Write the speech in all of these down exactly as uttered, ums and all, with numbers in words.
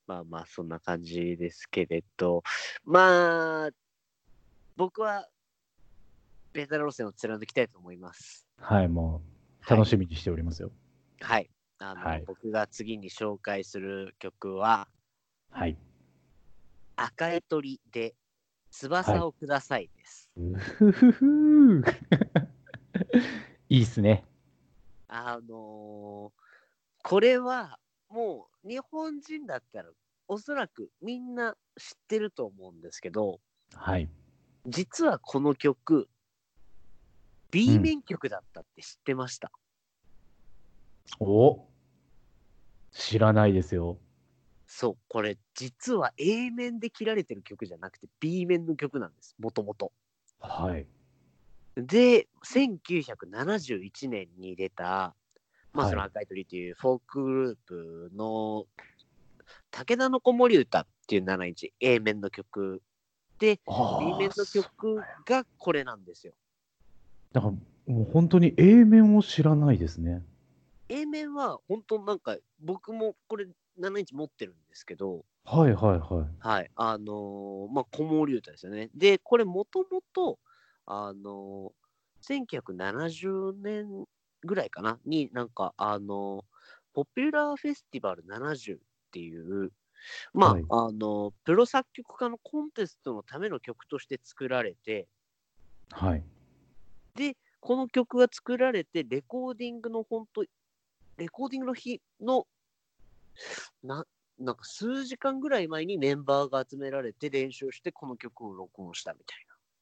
まあまあそんな感じですけれど、まあ僕はベタ路線を貫きたいと思います。 はい、もうはい。 楽しみにしておりますよ。 はい。あの、 はい。 僕が次に紹介する曲は、 はい。 赤い鳥ではい。 翼をくださいです。 うふふふーいいっすね。 あのーこれはもう日本人だったらおそらくみんな知ってると思うんですけど、 はい。 実はこの曲、 う B ん。 面曲だったって知ってました？ お、知らないですよ。 そう、これ実は A 面で切られてる曲じゃなくて B 面の曲なんです、もともと。 はい。 で、せんきゅうひゃくななじゅういちねんに出た、まあそのはい。 赤い鳥っていうフォークグループの武田の子守歌っていうななインチ A 面の曲で、B ああ、 面のそう曲がこれなんですよ。 だから、もう本当に A 面を知らないですね。 A 面は本当なんか僕もこれななインチ持ってるんですけど、 はいはいはい。 はい、あのーまあ子守歌ですよね。で、これもともと、あのーせんきゅうひゃくななじゅうねんぐらいかなになんかあのーポピュラーフェスティバルななじゅうっていう、まはい。 あ、あのープロ作曲家のコンテストのための曲として作られて、 はい。 で、この曲が作られて、レコーディングの本当、レコーディングの日の、な、なんか数時間ぐらい前にメンバーが集められて練習して、この曲を録音したみたい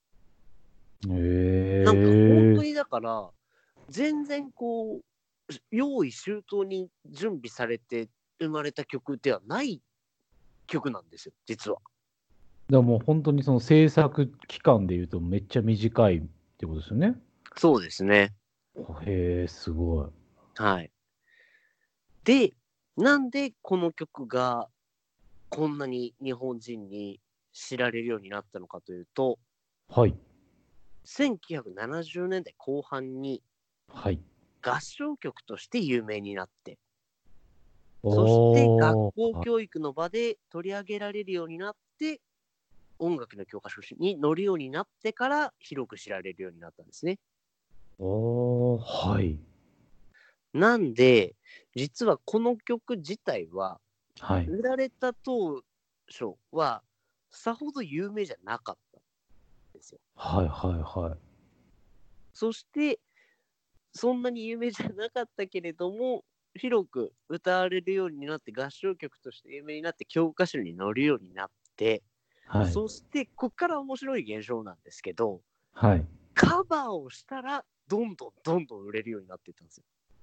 な。なんか本当ええ、 にだから、全然こう、用意周到に準備されて生まれた曲ではない曲なんですよ、実は。 だからもう本当にその制作期間で言うとめっちゃ短いってことですよね。 そうですね。 へえ、すごい。 はい。で、なんでこの曲がこんなに日本人に知られるようになったのかというと、 はい。 せんきゅうひゃくななじゅうねんだいこう半にはい。 合唱曲として有名になって、そして学おー、はい。 校教育の場で取り上げられるようになって、音楽の教科書に載るようになってから広く知られるようになったんですね。 おー、はい。 なんで、実はこの曲自体は、 はい。 売られた当初は、さほど有名じゃなかったんですよ。 はいはいはい。 そして、そんなに有名じゃなかったけれども、広く歌われるようになって、合唱曲として有名になって、教科書に載るようになって、 はい。 そして、こっから面白い現象なんですけど、 はい。 カバーをしたら、どんどんどんどん売れるようになっていったんですよ。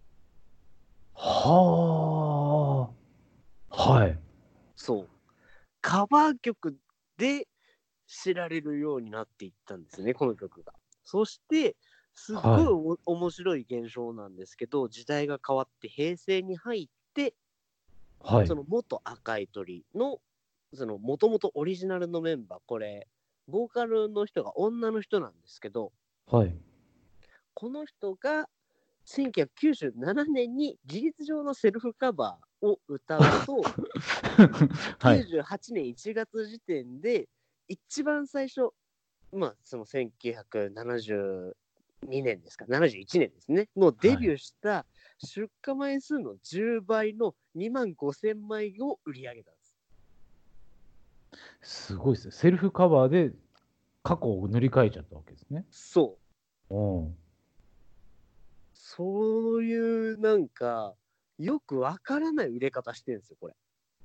はあ。はい。 そう。カバー曲で知られるようになっていったんですね、この曲が。そして、すっごいはい。 お面白い現象なんですけど、時代が変わって平成に入って、 はい。 その元赤い鳥の、その元々オリジナルのメンバー、これ、ボーカルの人が女の人なんですけど、 はい。 この人がせんきゅうひゃくきゅうじゅうななねんに事実上のセルフカバーを歌うと、 はい。 きゅうじゅうはちねんいちがつ時点で、一番最初、まあ、そのせんきゅうひゃくななじゅうにねんですか、ななじゅういちねんですね、のデはい。 ビューした出荷枚数のじゅうばいのにまんごせんまいを売り上げたんです。 すごいですね。セルフカバーで過去を塗り替えちゃったわけですね。 そう。 うん。 そういうなんか、よくわからない売れ方してるんですよ、これ。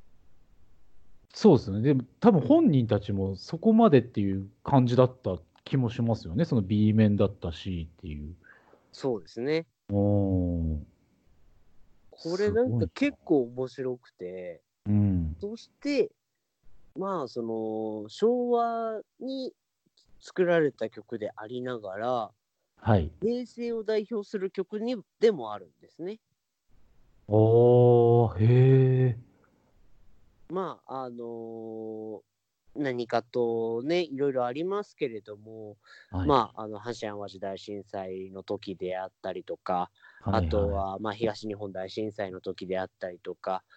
そうですね。でも多分本人たちもそこまでっていう感じだった気もしますよね。その B 面だったしっていう。 そうですね。 うーん。 これなんかすごい結構面白くて、 な。うん。 そして、まあ、その、昭和に作られた曲でありながら、 はい。 平成を代表する曲にでもあるんですね。 おー、へえ。 まあ、あのー何かとね、いろいろありますけれども、 はい。 まあ、あの、阪神・淡路大震災の時であったりとか、あはいはい。 とは、まあ、東日本大震災の時であったりとか、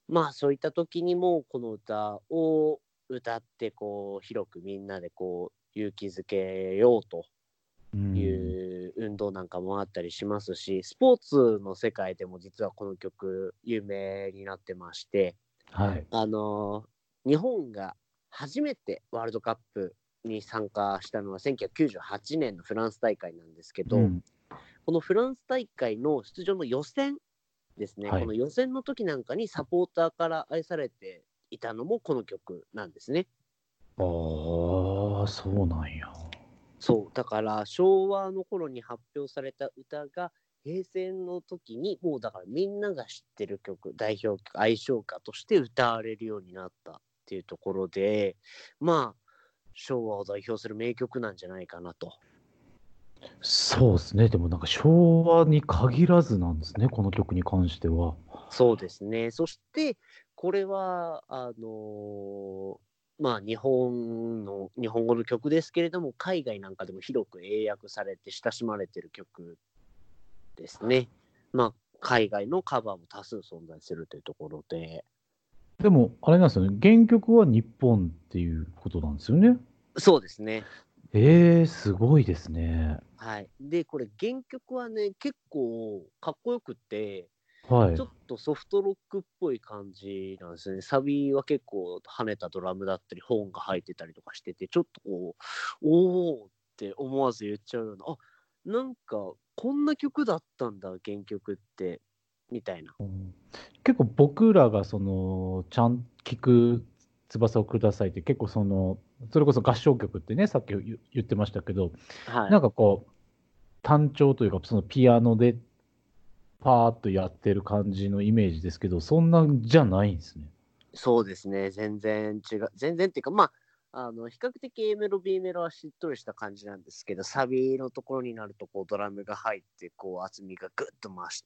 まあそういった時にもこの歌を歌ってこう広くみんなでこう勇気づけようという運動なんかもあったりしますし、スポーツの世界でも実はこの曲有名になってまして、 はい、 あの日本が初めてワールドカップに参加したのはせんきゅうひゃくきゅうじゅうはちねんのフランス大会なんですけど、うん、このフランス大会の出場の予選ですね、はい、この予選の時なんかにサポーターから愛されていたのもこの曲なんですね。 ああ、そうなんや。 そう、だから昭和の頃に発表された歌が平成の時にもうだからみんなが知ってる曲、代表曲、愛称歌として歌われるようになったっていうところで、まあ昭和を代表する名曲なんじゃないかなと。 そうですね。でもなんか昭和に限らずなんですね、この曲に関しては。 そうですね。そしてこれはあのー、まあ日本の日本語の曲ですけれども、海外なんかでも広く英訳されて親しまれてる曲ですね。まあ海外のカバーも多数存在するというところで。 でもあれなんですよね。原曲は日本っていうことなんですよね。 そうですね。 えー、すごいですね。 はい。でこれ原曲はね結構かっこよくて。 はい、 ちょっとソフトロックっぽい感じなんですね。サビは結構跳ねたドラムだったり、ホーンが入ってたりとかしてて、ちょっとこう、おーって思わず言っちゃうような、あ、なんかこんな曲だったんだ、原曲って、みたいな。 うん、結構僕らがその、ちゃん聞く翼をくださいって結構その、それこそ合唱曲ってね、さっき言言ってましたけど、 はい。 なんかこう、単調というか、そのピアノでパーッとやってる感じのイメージですけど、そんなんじゃないんですね。 そうですね。全然違う。全然っていうか、まあ、あの比較的 A メロ B メロはしっとりした感じなんですけど、サビのところになるとこうドラムが入ってこう厚みがぐっと増して、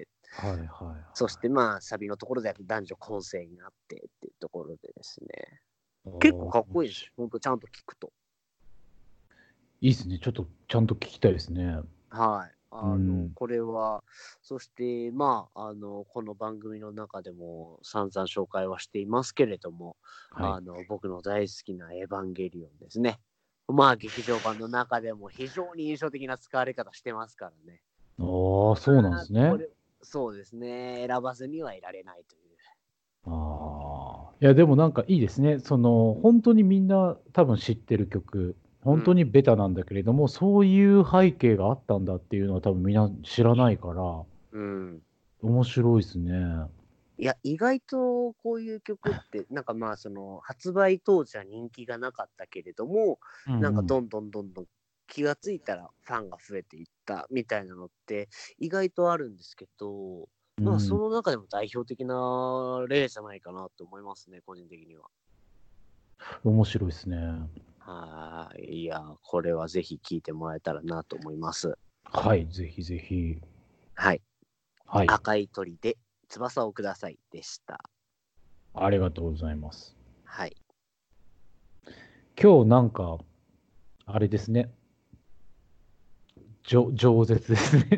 はいはいはい。 そしてまあサビのところで男女混声になってっていうところでですね、結構かっこいいです。ほんとちゃんと聞くと。 いいですね。ちょっとちゃんと聞きたいですね。 はい。あの、 うん、 これは、そしてまあ、あの、この番組の中でも散々紹介はしていますけれども、 はい、 あの、僕の大好きなエヴァンゲリオンですね。まあ、劇場版の中でも非常に印象的な使われ方してますからね。 ああ、そうなんですね。 これそうですね。選ばずにはいられないという。 ああ。いや、でもなんかいいですね。その、本当にみんな多分知ってる曲、本当にベタなんだけれども、うん、そういう背景があったんだっていうのは多分みんな知らないから、 うん。 面白いですね。 いや、意外とこういう曲って、なんかまあ、その、発売当時は人気がなかったけれども、 うんうん、 なんかどんどんどんどん気がついたらファンが増えていったみたいなのって意外とあるんですけど、まあ、その中でも代表的な例じゃないかなと思いますね、個人的には。 面白いですね。 はい。いや、これはぜひ聴いてもらえたらなと思います。 はい、ぜひぜひ。 はい。 はい。 赤い鳥で翼をくださいでした。 ありがとうございます。 はい。 今日なんか、あれですね。じょ饒舌ですね。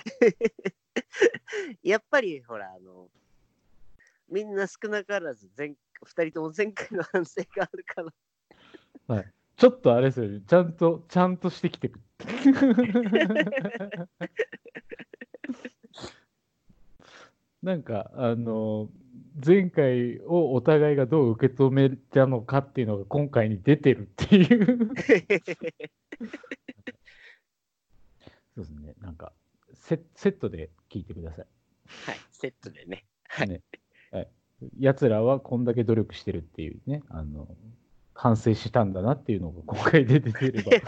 やっぱりほら、あの、みんな少なからず前、ふたりとも前回の反省があるから。 はい。ちょっとあれですよね。ちゃんと、ちゃんとしてきてくなんか、あの、前回をお互いがどう受け止めたのかっていうのが今回に出てるっていうそうですね。なんかセ、セットで聞いてください。 はい、セットでね。はい。 ね、はい。奴らはこんだけ努力してるっていうね、あの、反省したんだなっていうのが今回出てれば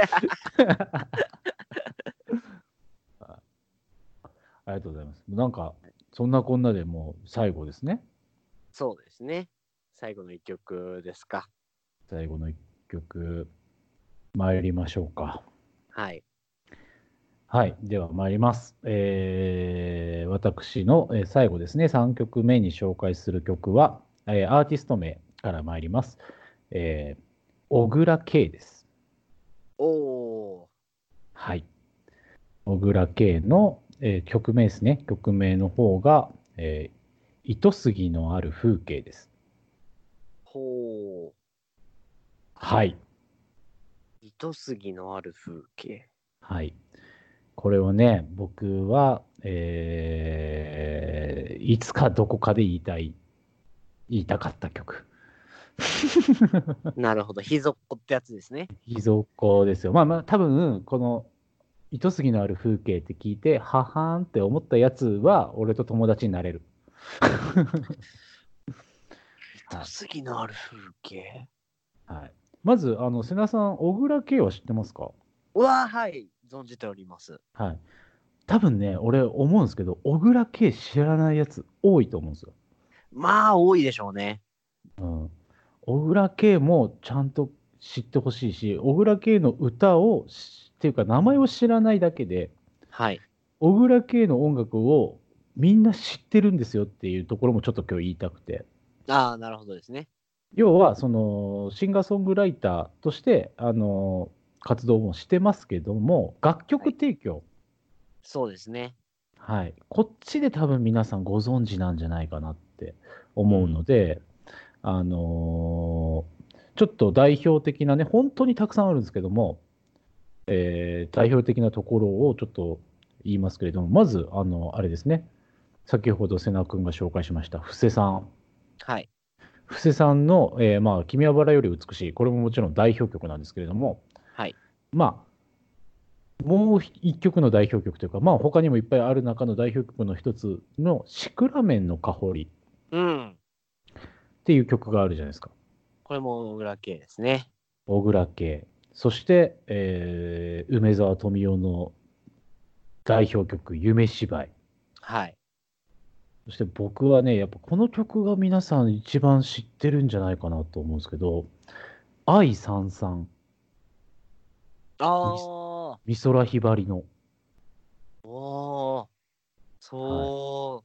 あ。ありがとうございます。なんか、そんなこんなでもう最後ですね。 そうですね。最後の一曲ですか。 最後の一曲、参りましょうか。 はい。 はい。では参ります。えー、私の、えー最後ですね、さんきょくめに紹介する曲は、えーアーティスト名から参ります。えー、小倉圭です。 おー。 はい。小倉圭の、えー曲名ですね。曲名の方が、えー糸杉のある風景です。 ほう。 はい。 糸杉のある風景。 はい。これをね、僕は、えー、いつかどこかで言いたい、言いたかった曲。 なるほど。秘蔵っ子ってやつですね。 秘蔵っ子ですよ。まあまあ、多分、この糸杉のある風景って聞いて、ははーんって思ったやつは、俺と友達になれる。 糸杉のある風景。 はい。まず、あの、瀬名さん、小倉圭は知ってますか？ うわ、はい。存じております。 はい。多分ね、俺思うんですけど、小倉圭知らないやつ多いと思うんですよ。 まあ、多いでしょうね。 うん。小倉圭もちゃんと知ってほしいし、小倉圭の歌をし、っていうか名前を知らないだけで、 はい。 小倉圭の音楽をみんな知ってるんですよっていうところもちょっと今日言いたくて。 ああ、なるほどですね。 要は、その、シンガーソングライターとして、あの、活動もしてますけども、楽曲はい。 提供、 そうですね。 はい、こっちで多分皆さんご存知なんじゃないかなってう思うのん。 で、あのーちょっと代表的なね、本当にたくさんあるんですけども、えー代表的なところをちょっと言いますけれども、まず、あの、あれですね、先ほど瀬名君が紹介しました、布施さん。 はい。 布施さんの、えーまあ、君はバラより美しい、これももちろん代表曲なんですけれども、 はい。 まあ、もう一曲の代表曲というか、まあ、他にもいっぱいある中の代表曲の一つの、シクラメンの香りうん。 っていう曲があるじゃないですか。 これも小倉系ですね。 小倉家。そして、えー梅沢富美男の代表曲、夢芝居。 はい。 そして僕はね、やっぱこの曲が皆さん一番知ってるんじゃないかなと思うんですけど、愛燦々、みああ、 美空ひばりの。 おー、 はい。 そう。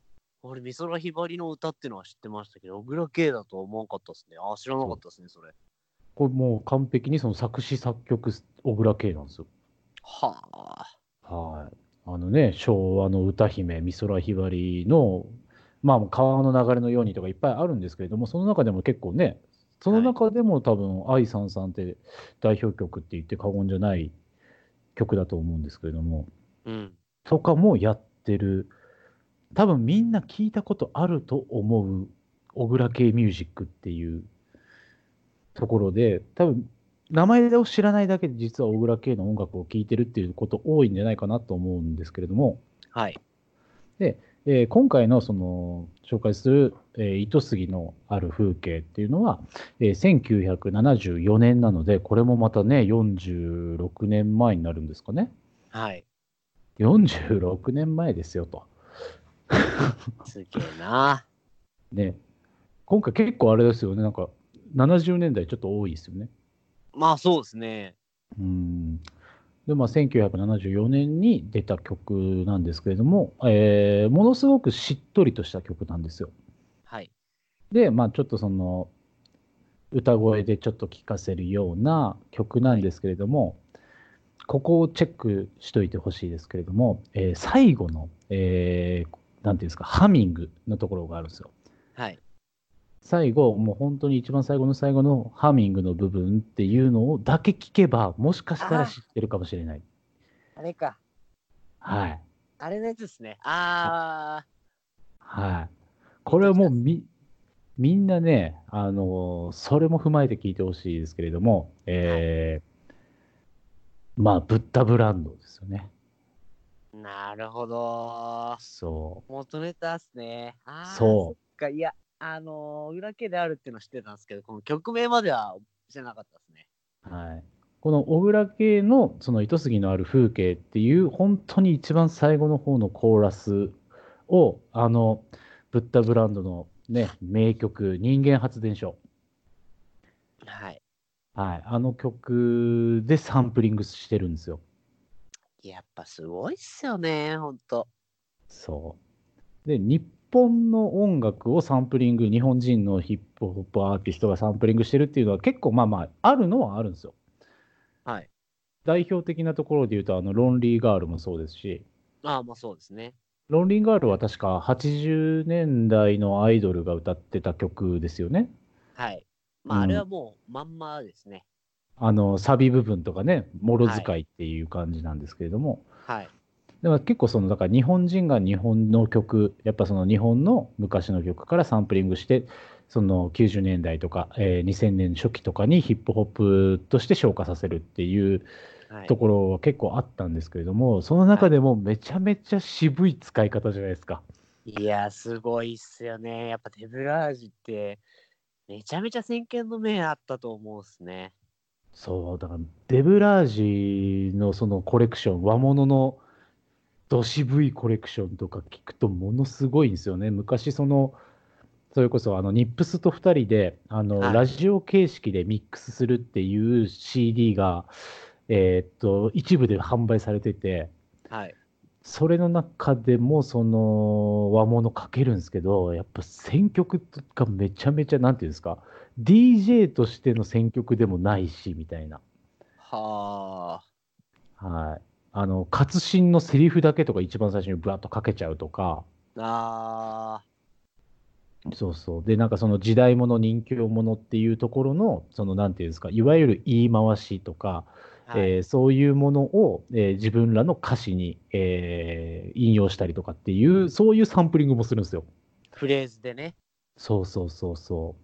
俺、美空ひばりの歌っていうのは知ってましたけど、小倉系だとは思わなかったですね。ああ、知らなかそう。 ったですね、それ。 これもう完璧にその作詞作曲、小倉圭なんですよ。 はあ。 はい。あのね、昭和の歌姫、美空ひばりの、まあ、川の流れのようにとかいっぱいあるんですけれども、その中でも結構ね、そのはい。 中でも多分、愛さんさんって代表曲って言って過言じゃない曲だと思うんですけれども、 うん。 とかもやってる、多分みんな聞いたことあると思う、小倉系ミュージックっていうところで、多分名前を知らないだけで実は小倉系の音楽を聴いてるっていうこと多いんじゃないかなと思うんですけれども、 はい。 で、えー今回のその紹介する、えー糸杉のある風景っていうのは、えーせんきゅうひゃくななじゅうよねんなので、これもまたね、よんじゅうろくねんまえになるんですかね。 はい。 よんじゅうろくねんまえですよと。 すげえな。 ね、今回結構あれですよね、なんかななじゅうねんだいちょっと多いですよね。 まあ、そうですね。 うん。で、まあ、せんきゅうひゃくななじゅうよねんに出た曲なんですけれども、えーものすごくしっとりとした曲なんですよ。 はい。 で、まあ、ちょっとその、歌声でちょっと聴かせるような曲なはい。 んですけれども、ここをチェックしといてほしいですけれども、えー最後の、えーなんていうんですか、ハミングのところがあるんですよ。 はい。 最後、もう本当に一番最後の最後のハミングの部分っていうのをだけ聞けば、もしかしたらあ知ってるかもしれない。 あ、あれか。 はい。 あれのやつですね。ああ、 はい。これはピンときたっす。 もうみ、みんなね、あのーそれも踏まえて聞いてほしいですけれども、 はい。 えー、まあ、ブッダブランドですよね。 なるほど。 そう。 元ネタっすね。ああ、そそっか。いや、あのー裏系であるっていうのは知ってたんですけど、この曲名までは知らなかったですね。 う。はい。この小倉系のその糸杉のある風景っていう本当に一番最後の方のコーラスをあのブッダブランドのね名曲人間発電所、 はい。 はい、あの曲でサンプリングしてるんですよ。 やっぱすごいっすよね、ほんと。 そう。で、日本の音楽をサンプリング、日本人のヒップホップアーティストがサンプリングしてるっていうのは結構まあまああるのはあるんですよ。 はい。 代表的なところで言うと、あの、ロンリーガールもそうですし、 ああ、まあそうですね。 ロンリンガールは確かはちじゅうねんだいのアイドルが歌ってた曲ですよね。 はい。まあ、あれはうん。 もうまんまですね。 あの、サビ部分とかね、もろはい。 使いっていう感じなんですけれども、 はい。 でも結構その、だから日本人が日本の曲、やっぱその日本の昔の曲からサンプリングして、そのきゅうじゅうねんだいとか、えーにせんねん初期とかにヒップホップとして昇華させるっていうはい。 ところは結構あったんですけれども、そのはい。 中でもめちゃめちゃ渋い使い方じゃないですか。 いや、すごいっすよね。やっぱデブラージって、めちゃめちゃ先見の明あったと思うっすね。 そう、だからデブラージのそのコレクション、和物のど渋いコレクションとか聞くとものすごいんですよね。昔その、それこそあのニップスとふたりであのはい。 ラジオ形式でミックスするっていう シーディー が、えーっと一部で販売されてて、 はい。 それの中でもその和物かけるんですけど、やっぱ選曲がめちゃめちゃ、なんていうんですか、ディージェー としての選曲でもないし、みたいな。 ははい。あの、活心のセリフだけとか一番最初にブワッとかけちゃうとか、 あ。あそうそう。で、なんかその時代物、人気者っていうところの、そのなんていうんですか、いわゆる言い回しとか、 あ。はい。 えーそういうものを、えー自分らの歌詞に、えー引用したりとかっていう、そういうサンプリングもするんですよ。 フレーズでね。 そうそうそうそう。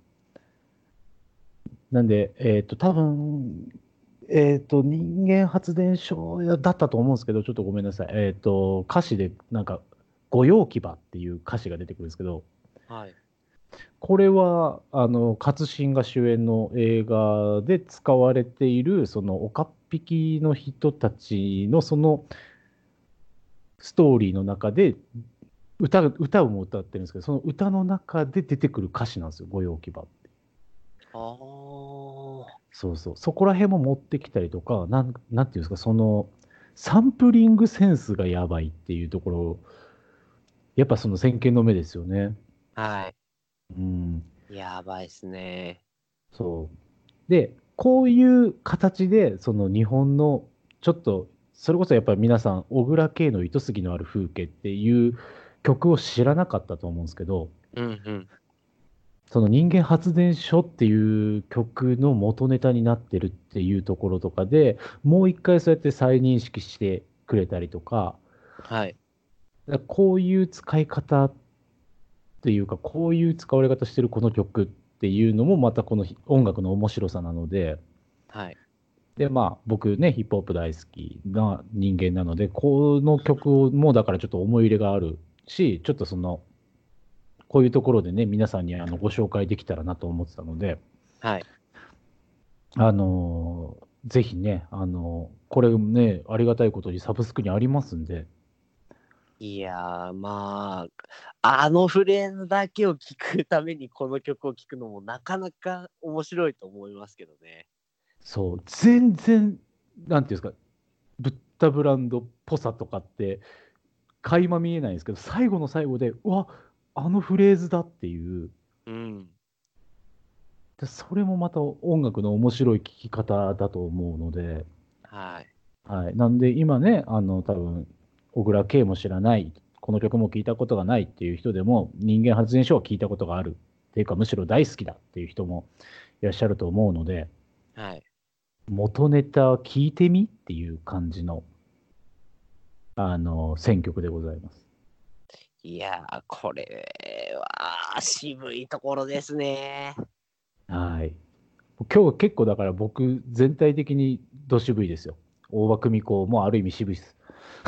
なんで、えっと、多分、えっと、人間発電所だったと思うんですけど、ちょっとごめんなさい。えっと、歌詞で、なんか、御用騎馬っていう歌詞が出てくるんですけど、 はい。 これは、あの、勝新が主演の映画で使われている、その、岡っ引きの人たちの、その、ストーリーの中で、歌、歌をも歌ってるんですけど、その歌の中で出てくる歌詞なんですよ、御用騎馬。 ああ。 そうそう。そこら辺も持ってきたりとか、なん、なんていうんですか、その、サンプリングセンスがやばいっていうところ、やっぱその先見の目ですよね。 はい。 うん。 やばいっすね。 そう。で、こういう形で、その日本の、ちょっと、それこそやっぱり皆さん、小倉圭の糸杉のある風景っていう曲を知らなかったと思うんですけど、 うんうん。 その人間発電所っていう曲の元ネタになってるっていうところとかでもう一回そうやって再認識してくれたりとか、 はい。 だからこういう使い方っていうか、こういう使われ方してるこの曲っていうのもまたこの音楽の面白さなので、 はい。 で、まあ僕ね、ヒップホップ大好きな人間なので、この曲もだからちょっと思い入れがあるし、ちょっとその、こういうところでね、皆さんにあのご紹介できたらなと思ってたので、 はい。 あのーぜひね、あのーこれね、ありがたいことにサブスクにありますんで、 いやー、まあ、あのフレーズだけを聞くためにこの曲を聴くのもなかなか面白いと思いますけどね。 そう、全然、なんていうんですか、ブッダブランドっぽさとかって、垣間見えないんですけど、最後の最後で、うわ、あのフレーズだっていう、 うん。 でそれもまた音楽の面白い聴き方だと思うので、 はい。 はい。なんで今ね、あの、多分、小倉圭も知らない、この曲も聞いたことがないっていう人でも、人間発電所は聞いたことがあるっていうか、むしろ大好きだっていう人もいらっしゃると思うので、 はい。 元ネタ聞いてみっていう感じの、あの、選曲でございます。 いやー、これは渋いところですね。 はい。今日結構だから僕、全体的にど渋いですよ。大場久美子もある意味渋いです。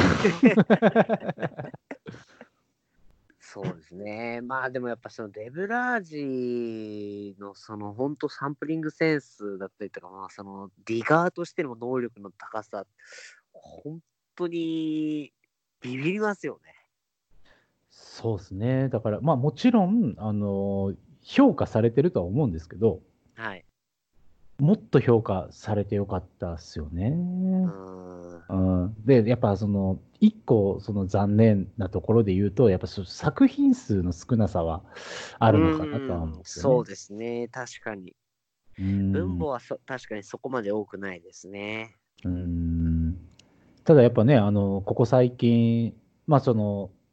そうですね。まあでもやっぱそのデブラージのその本当サンプリングセンスだったりとか、まあそのディガーとしての能力の高さ、本当にビビりますよね。 そうですね。だから、まあもちろん、あの、評価されてるとは思うんですけど、 はい。 もっと評価されてよかったっすようね。 ーん。 うん、で、やっぱその、一個その残念なところで言うと、やっぱその作品数の少なさはあうるのかなとは思うんーん、 ですよね。 そうですね。確かに。 うん。 分母はそ確かにそこまで多くないですね。 うん。ただやっぱね、あの、ここ最近、まあその、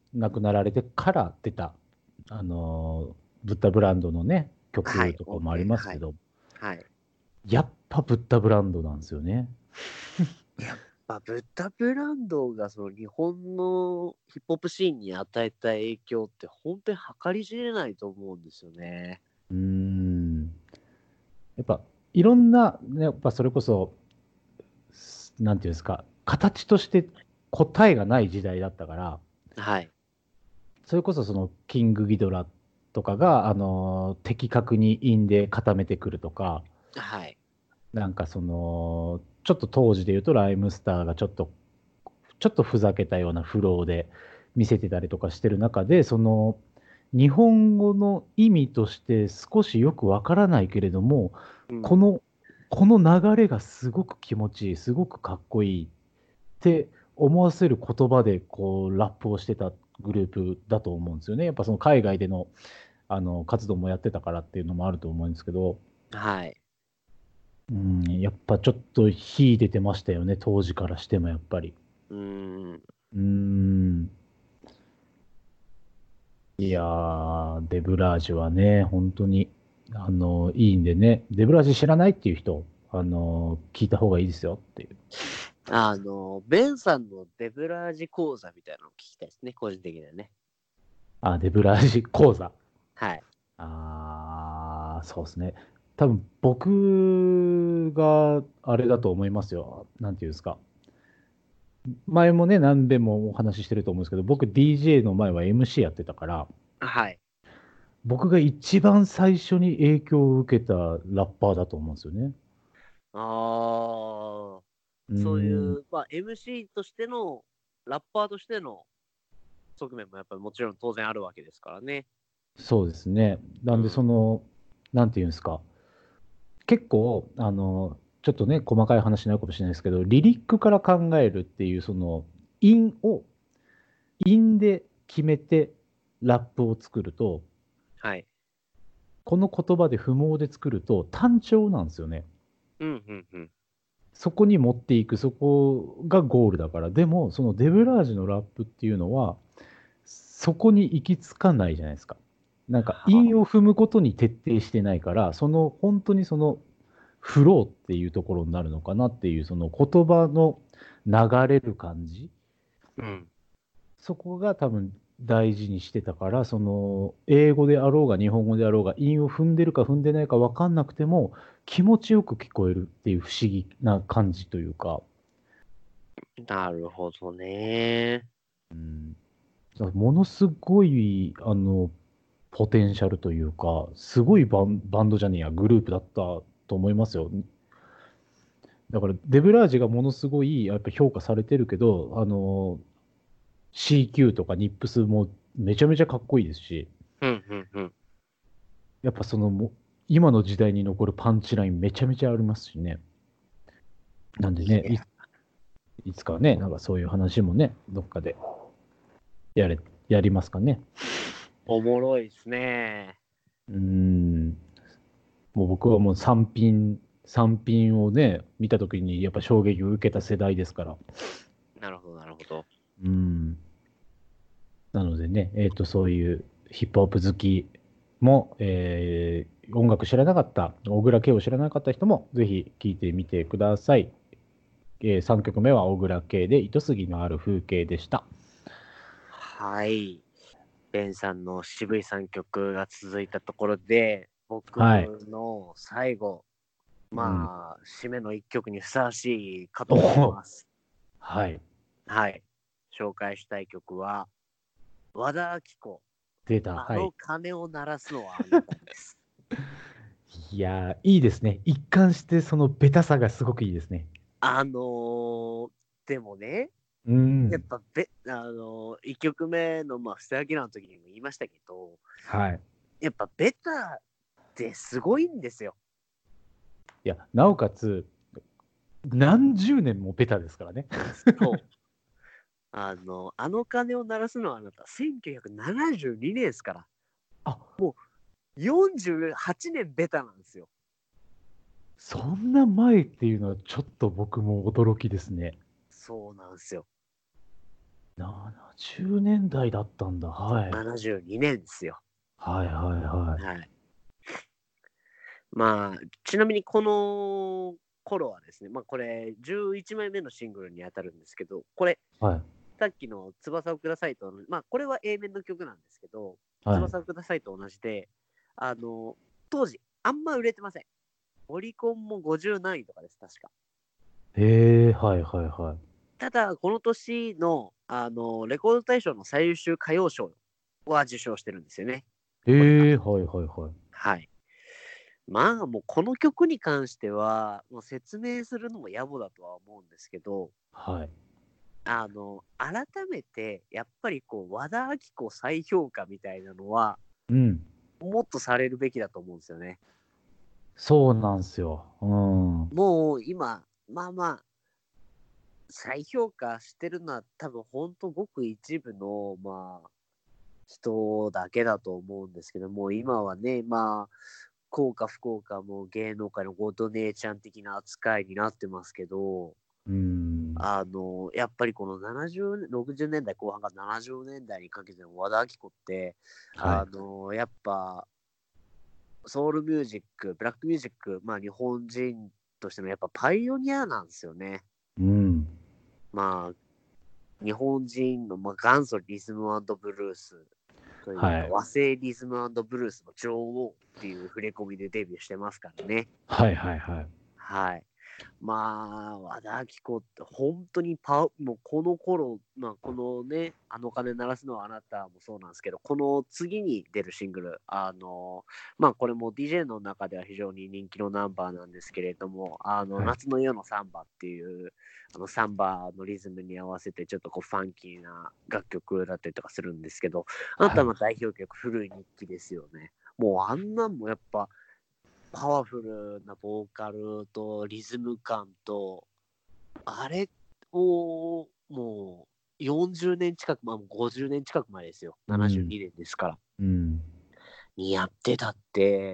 亡くなられてから出た、あのブッダブランドのね、 はい、 曲とかもありますけど、 はい。 やっぱブッダブランドなんですよね。 やっぱブッダブランドがその日本のヒップホップシーンに与えた影響って本当に計り知れないと思うんですよね。 うーん。やっぱいろんな、ね、やっぱそれこそ、なんていうんですか、形として答えがない時代だったから、 はい。 それこそそのキングギドラとかが、あの的確に韻で固めてくるとか、 はい。 なんかその、ちょっと当時で言うとライムスターがちょっと、ちょっとふざけたようなフローで見せてたりとかしてる中で、その、日本語の意味として少しよくわからないけれども、 うん。 この、この流れがすごく気持ちいい、すごくかっこいいって思わせる言葉でこうラップをしてたグループだと思うんですよね。やっぱその海外での、あの活動もやってたからっていうのもあると思うんですけど、 はい。 うん、やっぱちょっと秀でてましたよね、当時からしてもやっぱり。 うーん。 うーん。いやー、デブラージュはね、本当に、あの、いいんでね、デブラージュ知らないっていう人、あの、聞いた方がいいですよっていう。 あの、ベンさんのデブラージ講座みたいなのを聞きたいですね、個人的にはね。 あ、デブラージュ講座。 はい。 あー、そうですね。多分僕があれだと思いますよ。なんていうんですか。前もね、何べんもお話ししてると思うんですけど、僕 ディージェー の前は エムシー やってたから、 はい。 僕が一番最初に影響を受けたラッパーだと思うんですよね。 ああ、 うーん、 そういう、まあ、エムシー としての、ラッパーとしての側面もやっぱりもちろん当然あるわけですからね。 そうですね。なんで、そうん。 の、なんていうんですか。結構、あの、ちょっとね、細かい話になるかもしれないですけど、リリックから考えるっていう、その、韻を、韻で決めてラップを作ると、 はい。 この言葉で不毛で作ると単調なんですよね。 うん、うん、うん。 そこに持っていく、そこがゴールだから。でも、そのデブラージュのラップっていうのは、そこに行き着かないじゃないですか。なんか、 は韻を踏むことに徹底してないから、その、本当にその、フローっていうところになるのかなっていう、その言葉の流れる感じ。 うん。 そこが多分大事にしてたから、その、英語であろうが日本語であろうが、韻を踏んでるか踏んでないか分かんなくても、気持ちよく聞こえるっていう不思議な感じというか、 なるほどね。 うん、ものすごい、あの、ポテンシャルというか、すごいバン、バンドじゃねえや、グループだったと思いますよ。だから、デブラージがものすごい、やっぱ評価されてるけど、あの、シーキュー とかニップスもめちゃめちゃかっこいいですし、 うん、うん、うん。 やっぱそのも、今の時代に残るパンチラインめちゃめちゃありますしね。なんでね、 いや、 い、いつかね、なんかそういう話もね、どっかでやれ、やりますかね。 おもろいですね。 うーん。もう僕はもう三品、三品をね、見たときにやっぱ衝撃を受けた世代ですから。 なるほど、なるほど。 うーん。なのでね、えっと、そういうヒップホップ好きも、えー音楽知らなかった、小倉圭を知らなかった人も、ぜひ聴いてみてください。えー、さんきょくめは小倉圭で糸杉のある風景でした。 はい。ベンさんの渋いさんきょくが続いたところで、僕はい。 の最後、 うん。 まあ、締めのいっきょくにふさわしいかとお思いお。 ます。 はい。 はい。紹介したい曲は、和田アキ子、 出た。 あはい。 の鐘を鳴らすのはあなたです。 いやー、いいですね。一貫してそのベタさがすごくいいですね。 あのー、でもね、 うん。 やっぱべ、あのー、いっきょくめの、まあ、布施明の時にも言いましたけど、 はい。 やっぱベタってすごいんですよ。 いや、なおかつ、何十年もベタですからね。 そう。あの、あの鐘を鳴らすのはあなた、せんきゅうひゃくななじゅうにねんですから。 あ、 よんじゅうはちねんベタなんですよ。 そんな前っていうのはちょっと僕も驚きですね。 そうなんですよ。 ななじゅうねんだいだったんだ。はい。 ななじゅうにねんですよ。 はいはいはい。 はい。まあ、ちなみにこの頃はですね、まあこれじゅういちまいめのシングルに当たるんですけど、これ、 はい。 さっきの翼をくださいと、まあこれは A 面の曲なんですけど、 はい。 翼をくださいと同じで、あの、当時、あんま売れてません。オリコンもごじゅう何位とかです、確か。 へえ、はいはいはい。 ただ、この年の、あの、レコード大賞の最優秀歌謡賞は受賞してるんですよね。これが。 へえ、はいはいはい。 はい。まあ、もうこの曲に関しては、もう説明するのも野暮だとは思うんですけど、 はい。 あの、改めて、やっぱりこう、和田アキ子再評価みたいなのは、 うん。 もっとされるべきだと思うんですよね。 そうなんすよ。うん。 もう今、まあまあ、再評価してるのは多分本当ごく一部の、まあ、人だけだと思うんですけども、今はね、まあ、幸か不幸かも芸能界のごと姉ちゃん的な扱いになってますけど、 うん。 あの、やっぱりこのななじゅう、ろくじゅうねんだいこう半からななじゅうねんだいにかけての和田アキ子って、 はい。 あの、やっぱ、ソウルミュージック、ブラックミュージック、まあ日本人としてのやっぱパイオニアなんですよね。 うん。 まあ、日本人の、まあ、元祖リズムブルースというか、 はい。 和製リズムブルースの女王っていう触れ込みでデビューしてますからね。 はいはいはい。 はい。まあ、和田アキ子って本当にパワもうこの頃、まあ、このね、あの鐘鳴らすのはあなたもそうなんですけど、この次に出るシングル、あの、まあ、これも ディージェー の中では非常に人気のナンバーなんですけれども、あの、 はい。 夏の夜のサンバっていう、あの、サンバのリズムに合わせてちょっとこうファンキーな楽曲だったりとかするんですけど、あなはい。 たの代表曲、古い日記ですよね。もうあんなんもやっぱ、パワフルなボーカルとリズム感と、あれをもうよんじゅうねん近く、まあ、もうごじゅうねん近く前ですよ。72 うん。 年ですから。 うん。 にやってたって、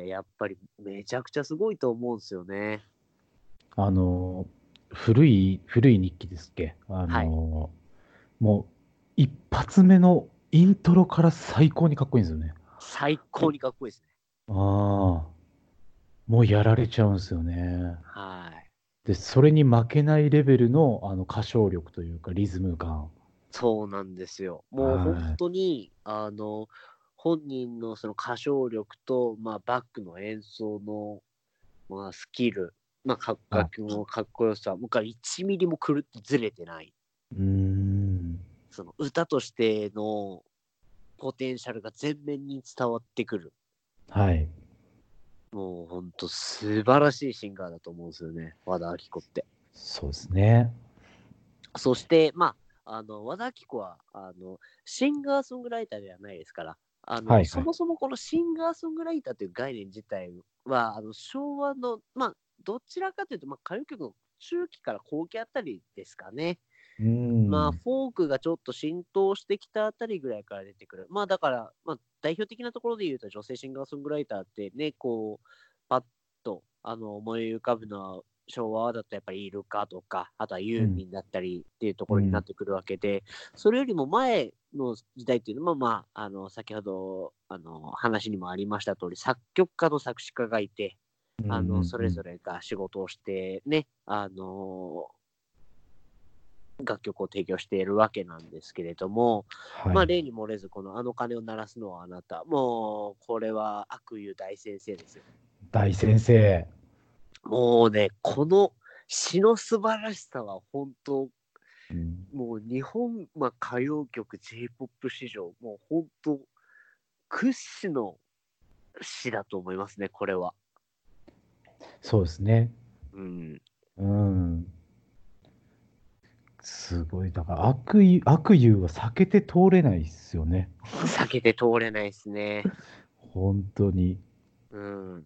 やっぱりめちゃくちゃすごいと思うんですよね。 あの、古い、古い日記ですっけ。あはい。 の、もう、一発目のイントロから最高にかっこいいんですよね。 最高にかっこいいですね。 ああ、もうやられちゃうんですよね。 はい。 で、それに負けないレベルの、あの歌唱力というか、リズム感。 そうなんですよ。もう本は当に、あの、本人のその歌唱力と、まあ、バックの演奏のまあ、スキル、まあ、かい。は楽曲のかっこよさ、僕はいちミリもくるずれてない。 い。うーん。 その歌としてのポテンシャルが全面に伝わってくる。 はい。 もうほんと素晴らしいシンガーだと思うんですよね、和田アキ子って。 そうですね。 そして、まあ、あの、和田アキ子は、あの、シンガーソングライターではないですから、あの、 はいはい。 そもそもこのシンガーソングライターという概念自体は、あの、昭和の、まあ、どちらかというと、まあ、歌謡曲の中期から後期あたりですかね。 うーまあ、 ん。 フォークがちょっと浸透してきたあたりぐらいから出てくる。まあ、だから、まあ、代表的なところで言うと、女性シンガーソングライターってね、こう、パッと、あの、思い浮かぶのは、昭和だとやっぱりイルカとか、あとはユうん。 ーミンだったりっていうところになうん。 ってくるわけで、それよりも前の時代っていうのは、まあ、あの、先ほど、あの、話にもありました通り、作曲家と作詞家がいて、 うん。 あの、 うん。 それぞれが仕事をしてね、あの、楽曲を提供しているわけなんですけれども、まあ、 はい。 例に漏れず、このあの鐘を鳴らすのはあなた。もう、これは悪友大先生ですよ。 大先生。 もうね、この詩の素晴らしさは本当、 うん。 もう日本、まあ、歌謡曲 J-ジェイポップ 史上、もう本当、屈指の詩だと思いますね、これは。 そうですね。 うん。 うん。すごい。だから悪意、悪友は避けて通れないっすよね。 避けて通れないですね。 本当に。 うん。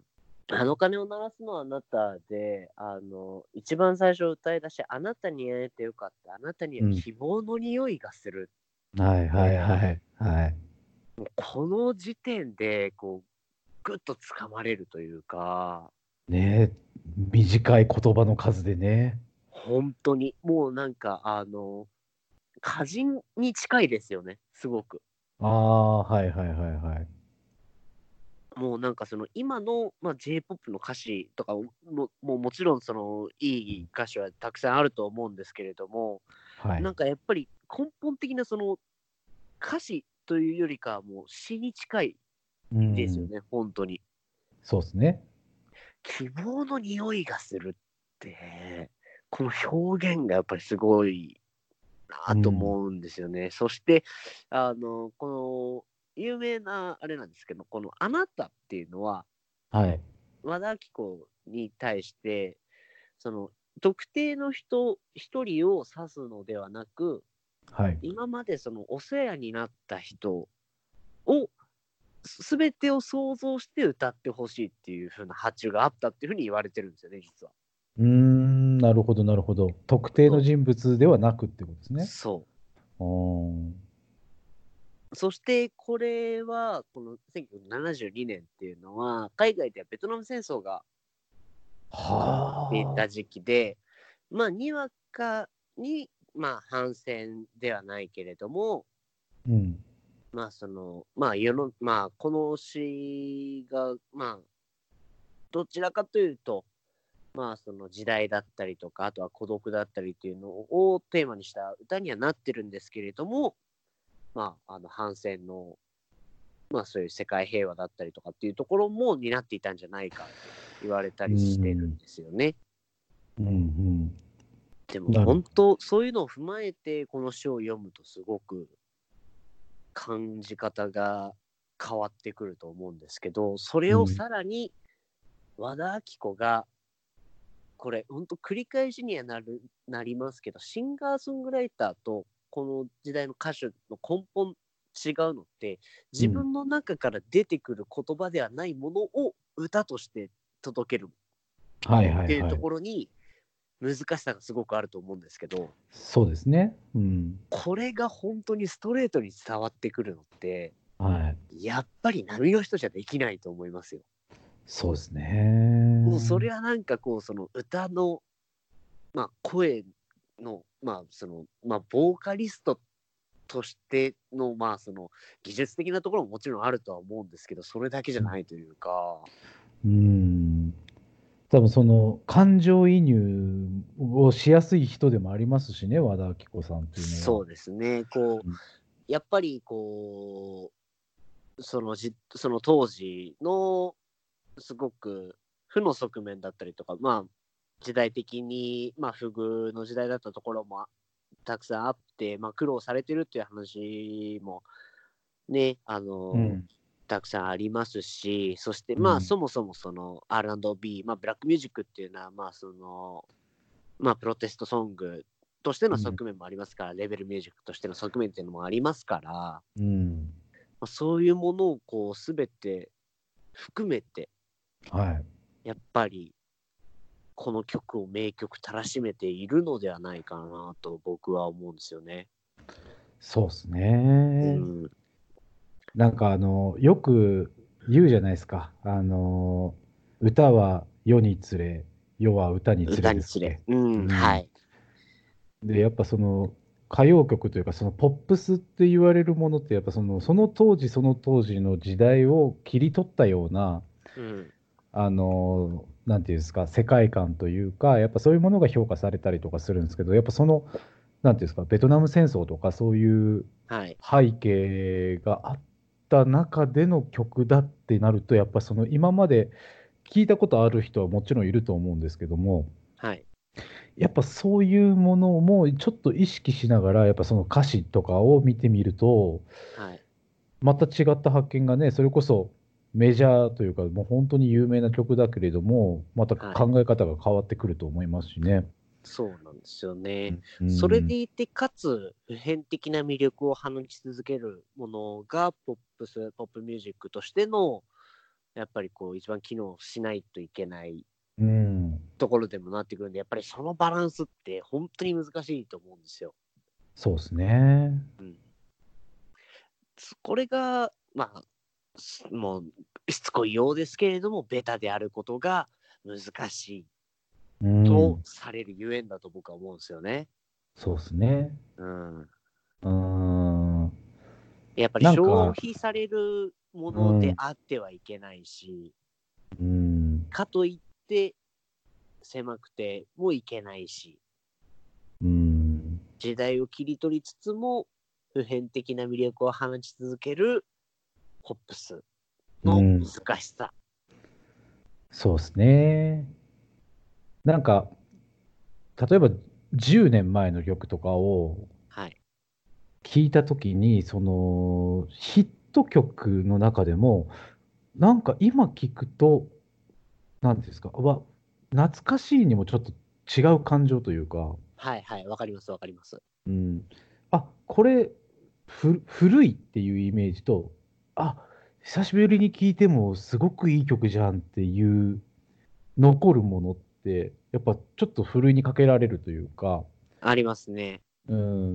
あの鐘を鳴らすのはあなたで、あの、一番最初歌い出し、あなたに会えてよかった、あなたにはうん。 希望の匂いがするはいはいって、 はい。はい。 もうこの時点で、こう、ぐっと掴まれるというか、 ねえ。短い言葉の数でね。 本当に、もうなんか、あの、 歌人に近いですよね、すごく。 ああ、はいはいはいはい。 もうなんかその今の、まあ、J-ジェイポップ の歌詞とかもももうもちろんそのいい歌詞はたくさんあると思うんですけれども、 はい。 なんかやっぱり根本的なその歌詞というよりかはもう詩に近いうん。 ですよね、本当に。 そうですね。 希望の匂いがするって、この表現がやっぱりすごいなとうん。 思うんですよね。そして、あの、この有名なあれなんですけど、このあなたっていうのは、 はい。 和田アキ子に対して、その特定の人一人を指すのではなく、 はい。 今までそのお世話になった人をすべてを想像して歌ってほしいっていう風な発注があったっていう風に言われてるんですよね、実は。 うーん、なるほどなるほど。特定のそう。 人物ではなくってことですね。 そあーう。そしてこれは、このせんきゅうひゃくななじゅうにねんっていうのは、海外ではベトナム戦争が始まっていたはあ。 時期で、まあ、にわかに、まあ、反戦ではないけれども、 うん。 まあ、その、まあ、世の、まあ、この詩が、まあ、どちらかというと、まあ、その時代だったりとか、あとは孤独だったりっていうのをテーマにした歌にはなってるんですけれども、まあ、あの反戦の、まあ、そういう世界平和だったりとかっていうところも担っていたんじゃないかって言われたうりしてるん。 んですよね。 うんうん。 でもなるほ本当、そういうのを踏まえて、この詩を読むとすごく感じ方が変わってくると思うんですけど、それど。うをん。 さらに和田アキ子が、これ本当繰り返しにはなるなりますけど、シンガーソングライターとこの時代の歌手の根本違うのって、自うん。 分の中から出てくる言葉ではないものを歌として届けるっはいはいていうとはい。 ころに難しさがすごくあると思うんですけど、 そうですね。うん。 これが本当にストレートに伝わってくるのって、 はい。 やっぱり波の人じゃできないと思いますよ。 そうですもうそね。 れはなんかこう、その歌の、まあ、声の、まあ、その、まあ、ボーカリストとしての、まあ、その、技術的なところももちろんあるとは思うんですけど、それだけじゃないというか、 うん。多分その感情移入をしやすい人でもありますしね、和田アキ子さんというのは。 そうですね、こう、 うん。 やっぱりこう、そのじ、その当時のすごく負の側面だったりとか、まあ、時代的に、まあ、不遇の時代だったところもたくさんあって、まあ、苦労されてるっていう話もね、あの、 うん。 たくさんありますし、そして、まあ、 うん。 そもそもその アールアンドビー、まあ、ブラックミュージックっていうのは、まあ、その、まあ、プロテストソングとしてのうん。 側面もありますから、レベルミュージックとしての側面っていうのもありますから、まうん。 あ、そういうものをこう、すべて含めて、 はい。 やっぱり、この曲を名曲たらしめているのではないかなと僕は思うんですよね。 そうですうね。 ん。 なんかあの、よく言うじゃないですか。あの、歌は世につれ、世は歌につれ歌につれ。 ですっけ。 うん、はうん。 い。 で、やっぱその歌謡曲というか、そのポップスって言われるものって、やっぱその、その当時その当時の時代を切り取ったような、 うん。 あの、なんていうんですか、世界観というか、やっぱそういうものが評価されたりとかするんですけど、やっぱその、なんていうんですか、ベトナム戦争とかそういうはい。 背景があった中での曲だってなると、やっぱその今まで聞いたことある人はもちろんいると思うんですけども、 はい。 やっぱそういうものもちょっと意識しながら、やっぱその歌詞とかを見てみると、 はい。 また違った発見がね、それこそメジャーというか、もう本当に有名な曲だけれども、またはい。 考え方が変わってくると思いますしね。 そうなんですよね。 うん。 それでいて、かつ、普遍的な魅力を放ち続けるものが、ポップス、ポップミュージックとしての、やっぱりこう、一番機能しないといけないうん。 ところでもなってくるんで、やっぱりそのバランスって本当に難しいと思うんですよ。 そうですね。 うん。これが、まあ、すもう、しつこいようですけれども、ベタであることが難しいうとん。 されるゆえんだと僕は思うんですよね。 そうですね。 うん。 うーん。 やっぱりなんか、 消費されるもうん、 のであってはいけないし、 うん、 かといって狭くてもいけないし、 うん、 時代を切り取りつつも普遍的な魅力を放ち続けるポップスのうん、 難しさ。 そうですね。なんか、例えばじゅうねんまえの曲とかをはい。 聞いたときに、そのヒット曲の中でも、なんか今聞くと、なんていうんですか、わ、懐かしいにもちょっと違う感情というか、 はいはい。わかります、わかります。 うん、あ、これふ古いっていうイメージと、あ、久しぶりに聞いてもすごくいい曲じゃんっていう残るものって、やっぱちょっとふるいにかけられるというか、 ありますね。 うん、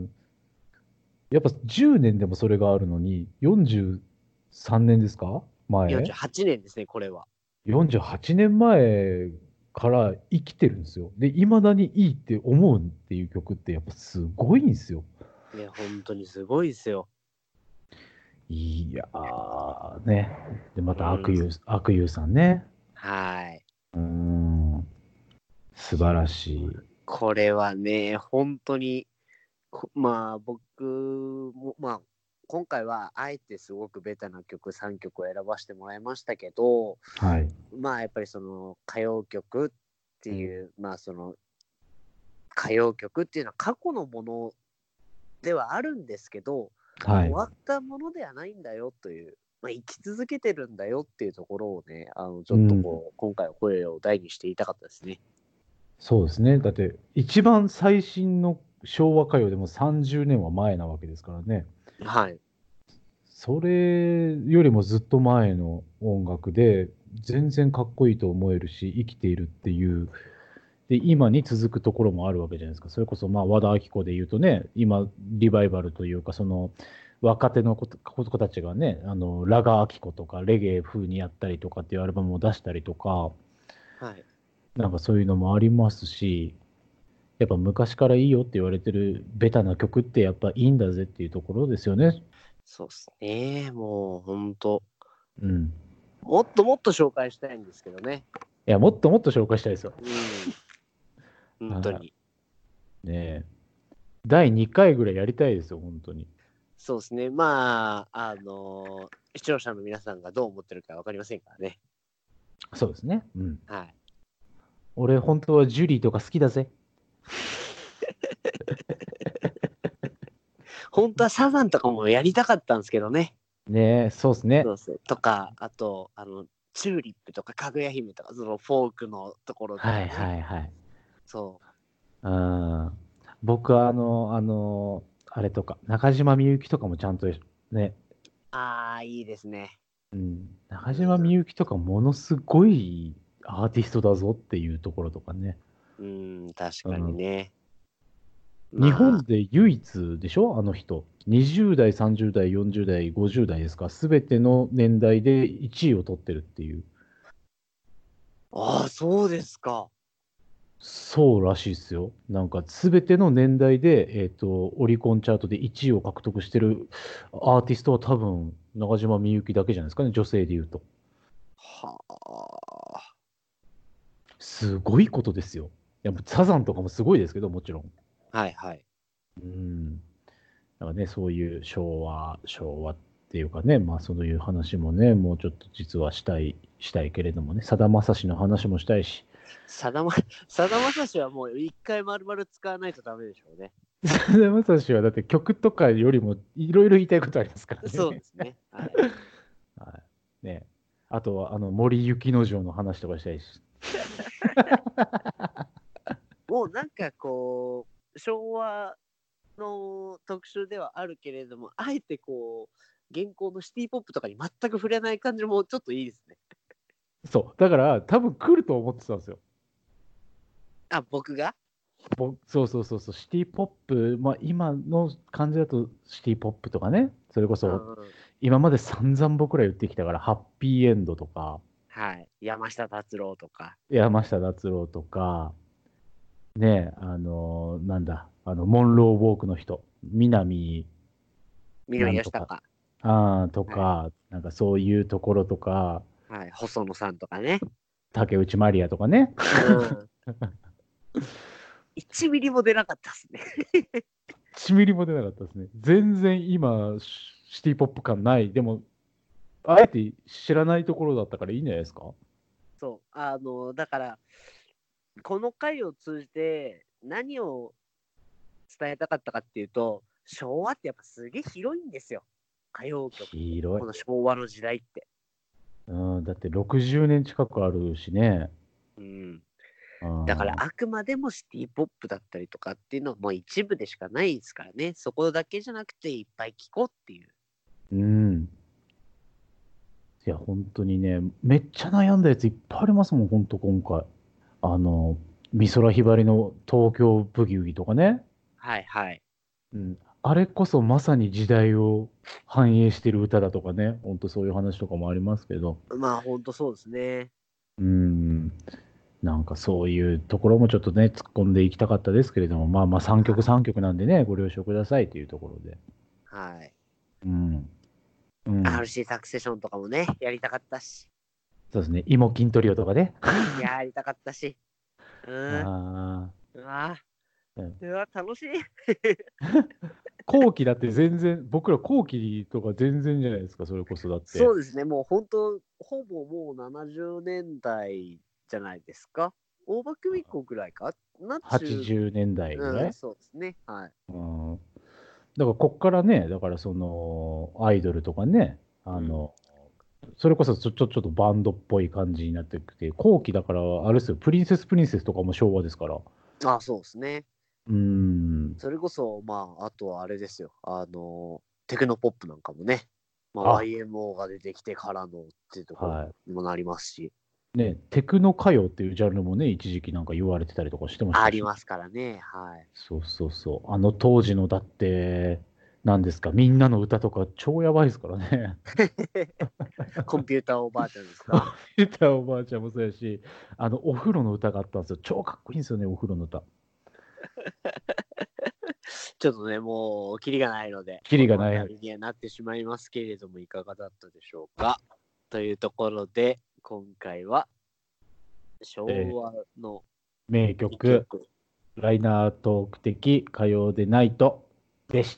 やっぱじゅうねんでもそれがあるのに、よんじゅうさんねんですか前よんじゅうはちねんですね、これは。 よんじゅうはちねんまえから生きてるんですよ。で、いまだにいいって思うっていう曲ってやっぱすごいんですよ。 ね、本当にすごいですよ。 いやー、ね。で、まうん。 た悪友、悪友さんね。 はい。 うーん、素晴らしい。 これはね、本当に、こまあ僕も、まあ今回はあえてすごくベタな曲さんきょくを選ばせてもらいましたけど、 はい。 まあやっぱりその歌謡曲っていう、まあその歌謡曲っていうのは過去のものではあるんですけど、まあ、 はい。 終わったものではないんだよという、まあ、生き続けてるんだよっていうところをね、あのちょっとうん。 こう今回は声を大にして言いたかったですね。 そうですね。だって、一番最新の昭和歌謡でもさんじゅうねんは前なわけですからね。 はい。 それよりもずっと前の音楽で、全然かっこいいと思えるし、生きているっていう、で、今に続くところもあるわけじゃないですか。それこそ、まあ、和田アキ子で言うとね、今、リバイバルというか、その、若手の子子たちがね、あの、ラガアキ子とか、レゲエ風にやったりとかっていうアルバムを出したりとか、 はい。 なんかそういうのもありますし、やっぱ昔からいいよって言われてるベタな曲ってやっぱいいんだぜっていうところですよね。 そうっすね。もう本当、 うん。 もっともっと紹介したいんですけどね。 いや、もっともっと紹介したいですよ。 うん。本当はに。 い。ねえ。だいにかいぐらいやりたいですよ、本当に。 そうですね。まあ、あの視聴者の皆さんがどう思ってるかわかりませんからね。 そうですね。うん。 はい。 俺、本当はジュリーとか好きだぜ。 本当はサザンとかもやりたかったんですけどね。 ねえ、そうですね。 そうそう。とか、あと、あの、チューリップとかかぐや姫とか、そのフォークのところとはいかね。 はいはい。 そうん。僕はあの、あの、あれとか、中島みゆきとかもちゃんとね、 う。ああ、いいですね。 うん、中島みうゆきとかものすごいアーティストだぞっていうところとかね。 ん、うん、確かにうん。 ね。 日まあ、 本で唯一でしょあの人。にじゅう代、さんじゅう代、よんじゅう代、ごじゅう代ですか。すべての年代でいちいを取ってるっていう。 ああ、そうですか。 そうらしいですよ。なんか、すべての年代で、えっと、オリコンチャートでいちいを獲得してるアーティストは多分、中島みゆきだけじゃないですかね、女性で言うと。 はあ。 すごいことですよ。いや、サザンとかもすごいですけど、もちろん。 はいはい。 うん。だからね、そういう昭和、昭和っていうかね、まあそういう話もね、もうちょっと実はしたい、したいけれどもね、さだまさしの話もしたいし、 さだま、さだまさしはもう一回丸々使わないとダメでしょうね。 さだまさしはだって曲とかよりもいろいろ言いたいことありますからね。 そうですね。はい。 はい。ね。あとは、あの、森雪之丞の話とかしたいし。 もうなんかこう、昭和の特集ではあるけれども、あえてこう、現行のシティポップとかに全く触れない感じもちょっといいですね。 そう。だから、多分来ると思ってたんですよ。 あ、僕がぼそうそうそうそう、シティポップ、まあ今の感じだとシティポップとかね、それこそうん。 今まで散々僕ら言ってきたから、ハッピーエンドとか、 はい。山下達郎とか。 山下達郎とか、ね、あの、なんだ、あの、モンローウォークの人、南三浦義なんと孝。 ああ、とか、 はなんかそういうところとか、 はい。細野さんとかね。 竹内まりやとかね。 うん。いちミリも出なかったっすね。 いちミリも出なかったですね。全然今、シティポップ感ない。でも、あえて知らないところだったからいいんじゃないですか。 そう。あの、だから、この回を通じて何を伝えたかったかっていうと、昭和ってやっぱすげえ広いんですよ。歌謡曲って。 広い。 この昭和の時代って。 うん、だってろくじゅうねん近くあるしね。 うん。 うだからん、 あくまでもシティポップだったりとかっていうのはもう一部でしかないですからね。そこだけじゃなくていっぱい聴こうっていう。 うん。いや、本当にね、めっちゃ悩んだやついっぱいありますもん、本当今回。あの、美空ひばりの東京ブギウギとかね。 はいはい。 うん。あれこそまさに時代を反映してる歌だとかね。本当そういう話とかもありますけど。 まあほんとそうですね。 うん。なんかそういうところもちょっとね、突っ込んでいきたかったですけれども、まあまあさんきょくさんきょくなんでね、ご了承くださいというところで。 はい。 うん。うん。 アールシー サクセションとかもね、やりたかったし。 そうですね。芋筋トリオとかね。 やりたかったし。うん。 あうわあ。うんうわ楽しい。 後期だって全然、僕ら後期とか全然じゃないですか、それこそだって。 そうですね。もう本当、ほぼもうななじゅうねんだいじゃないですか。大場久美子ぐらいかなっちゅはちじゅうねんだいぐう。うん、 らい。 そうですね。はい。 うん。だからこっからね、だからその、アイドルとかね、あの、それこそちょ、ちょ、ちょっとバンドっぽい感じになってきて、後期だから、あれですよ、プリンセスプリンセスとかも昭和ですから。 あ、そうですね。 うーん。 それこそ、まあ、あとはあれですよ。あの、テクノポップなんかもね。まあ、 あ、 ワイエムオー が出てきてからのっていうところはにもなりますし。 い。ね、テクノ歌謡っていうジャンルもね、一時期なんか言われてたりとかしてましたし。 ありますからね。はい。 そうそうそう。あの当時のだって、何ですか、みんなの歌とか超やばいですからね。 コンピューターおばあちゃんですか。 言ったおばあちゃんもそうやし、あの、お風呂の歌があったんですよ。超かっこいいんですよね、お風呂の歌。 ちょっとね、もう、キリがないので、 キリがないこの辺りにはなってしまいますけれども、いかがだったでしょうか。というところで、今回は、昭えー和の名いっ曲、 曲。 ライナートーク的歌謡でナイトでした。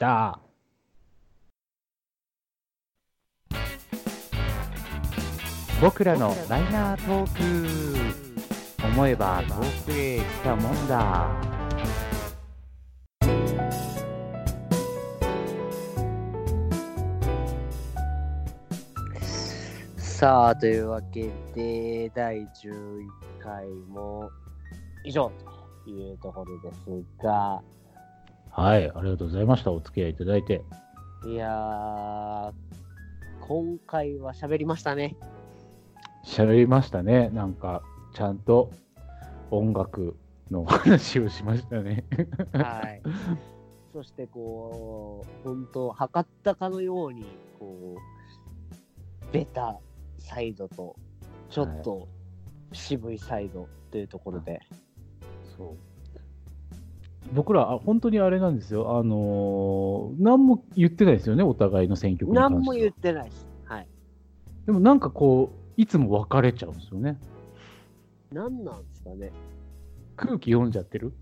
僕らのライナートーク。思えば遠くへ来たもんだ。 さあ、というわけで、だいじゅういっかいも以上というところですが、 はい、ありがとうございました。お付き合いいただいて。 いやー、今回は喋りましたね。 喋りましたね。なんか、ちゃんと音楽の話をしましたね。 はい。そして、こう、本当測ったかのように、こう、ベタサイドと、ちょっと渋いサイドというところで。 そう僕ら、あ本当にあれなんですよ。あのー何も言ってないですよね、お互いの選曲に関しては。 何も言ってないです。はい。 でもなんかこう、いつも別れちゃうんですよね。 何なんですかね。 空気読んじゃってる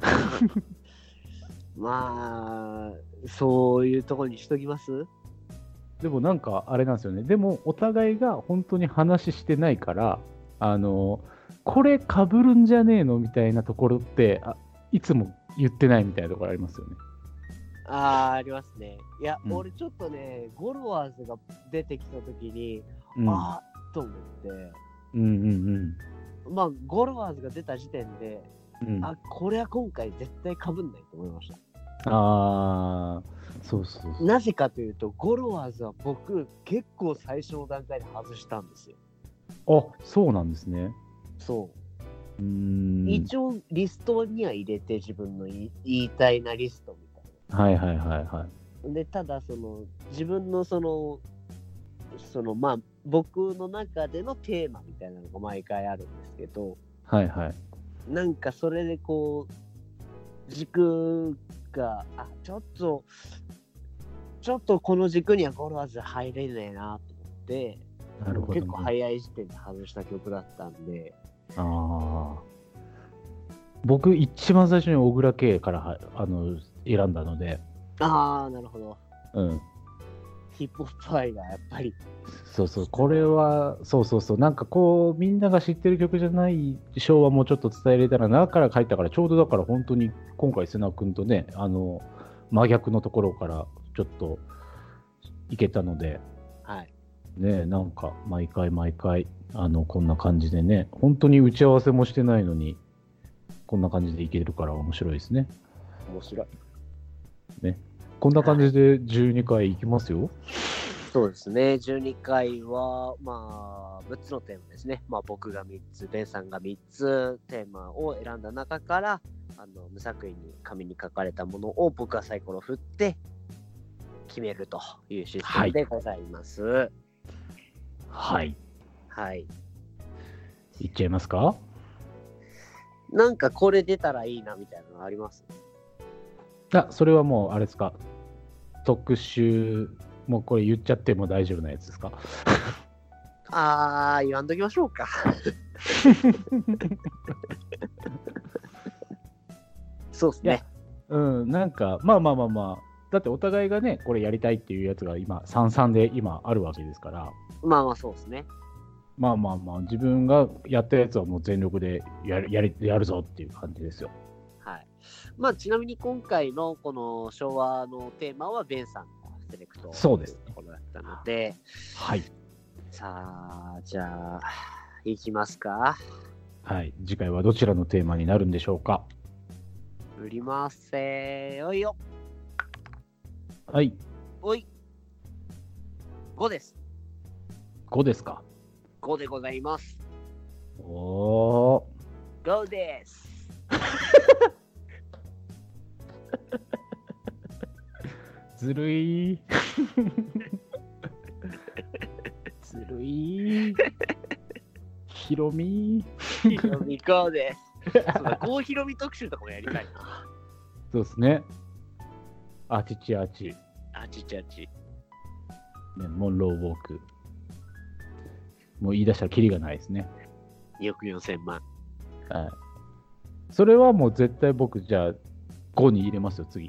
まあ、そういうところにしときますでもなんかあれなんですよね。でもお互いが本当に話してないから、あのこれかぶるんじゃねえのみたいなところってあ、いつも言ってないみたいなところありますよね。 ああ、ありますね。いや、 うん俺ちょっとね、ゴロワーズが出てきたときに、 うん、 ああと思って、 うんうんまあ、ゴロワーズが出た時点で、 うん。うん、 あ、これは今回絶対かぶんないと思いました。 ああ、そうそうそう。 なぜかというと、ゴロワーズは僕、結構最初の段階で外したんですよ。 あ、そうなんですね。 そうーんう。一応、リストには入れて、自分の言い言いたいなリストみたいはいはいはいはい。 な。で、ただ、その、自分のその、その、まあ、僕の中でのテーマみたいなのが毎回あるんですけど、 はいはい。 なんかそれでこう、軸が、あ、ちょっと、 ちょっとこの軸にはゴロワーズ入れねえなと思って、 なるほどね、 結構早い時点で外した曲だったんで。 ああ。僕、一番最初に小倉圭からはあの選んだので。 ああ、なるほど。 うん。 ヒップホップ愛がやっぱり。 そうそう、これは、そうそうそう、なんかこう、みんなが知ってる曲じゃない昭和もちょっと伝えれたらなから書いたから、ちょうどだから本当に今回、瀬名君とね、あの、真逆のところからちょっといけたので、 はい。 ね、なんか毎回毎回、あの、こんな感じでね、本当に打ち合わせもしてないのに、こんな感じでいけるから面白いですね。 面白い。 ね。こんな感じでじゅうにかいいきますよ。 そうですね。じゅうにかいは、まあ、むっつのテーマですね。まあ、僕がみっつ、ベンさんがみっつテーマを選んだ中から、あの無作為に紙に書かれたものを僕がサイコロ振って決めるというシステムでございます。 はい。 はい。 いっちゃいますか？ なんかこれ出たらいいなみたいなのあります？ あ、それはもうあれですか？特集、もうこれ言っちゃっても大丈夫なやつですか？ あー、言わんときましょうか。そうですね。 うん、なんか、まあまあまあまあ、だってお互いがね、これやりたいっていうやつが今、さんさんで今あるわけですから。 まあまあそうですね。 まあまあまあ、自分がやったやつはもう全力でやる、やり、やるぞっていう感じですよ。 はい。まあちなみに今回のこの昭和のテーマはベンさんのセレクトそうですところだったので、 はい。 さあ、じゃあ、いきますか。 はい。次回はどちらのテーマになるんでしょうか。 売りますせー。おいよ。 はい。 おい。ごです。 ごですか。 ごでございます。 おー。 ごです。 ずるいずるいひろみひろみこうです。そうだ、郷ひろみ特集とかもやりたいな。 そうですね。あちちあち。 あちちあち。 ね、モンローウォーク。もう言い出したらキリがないですね。 におくよんせんまん。 はい。それはもう絶対僕じゃあごに入れますよ、次。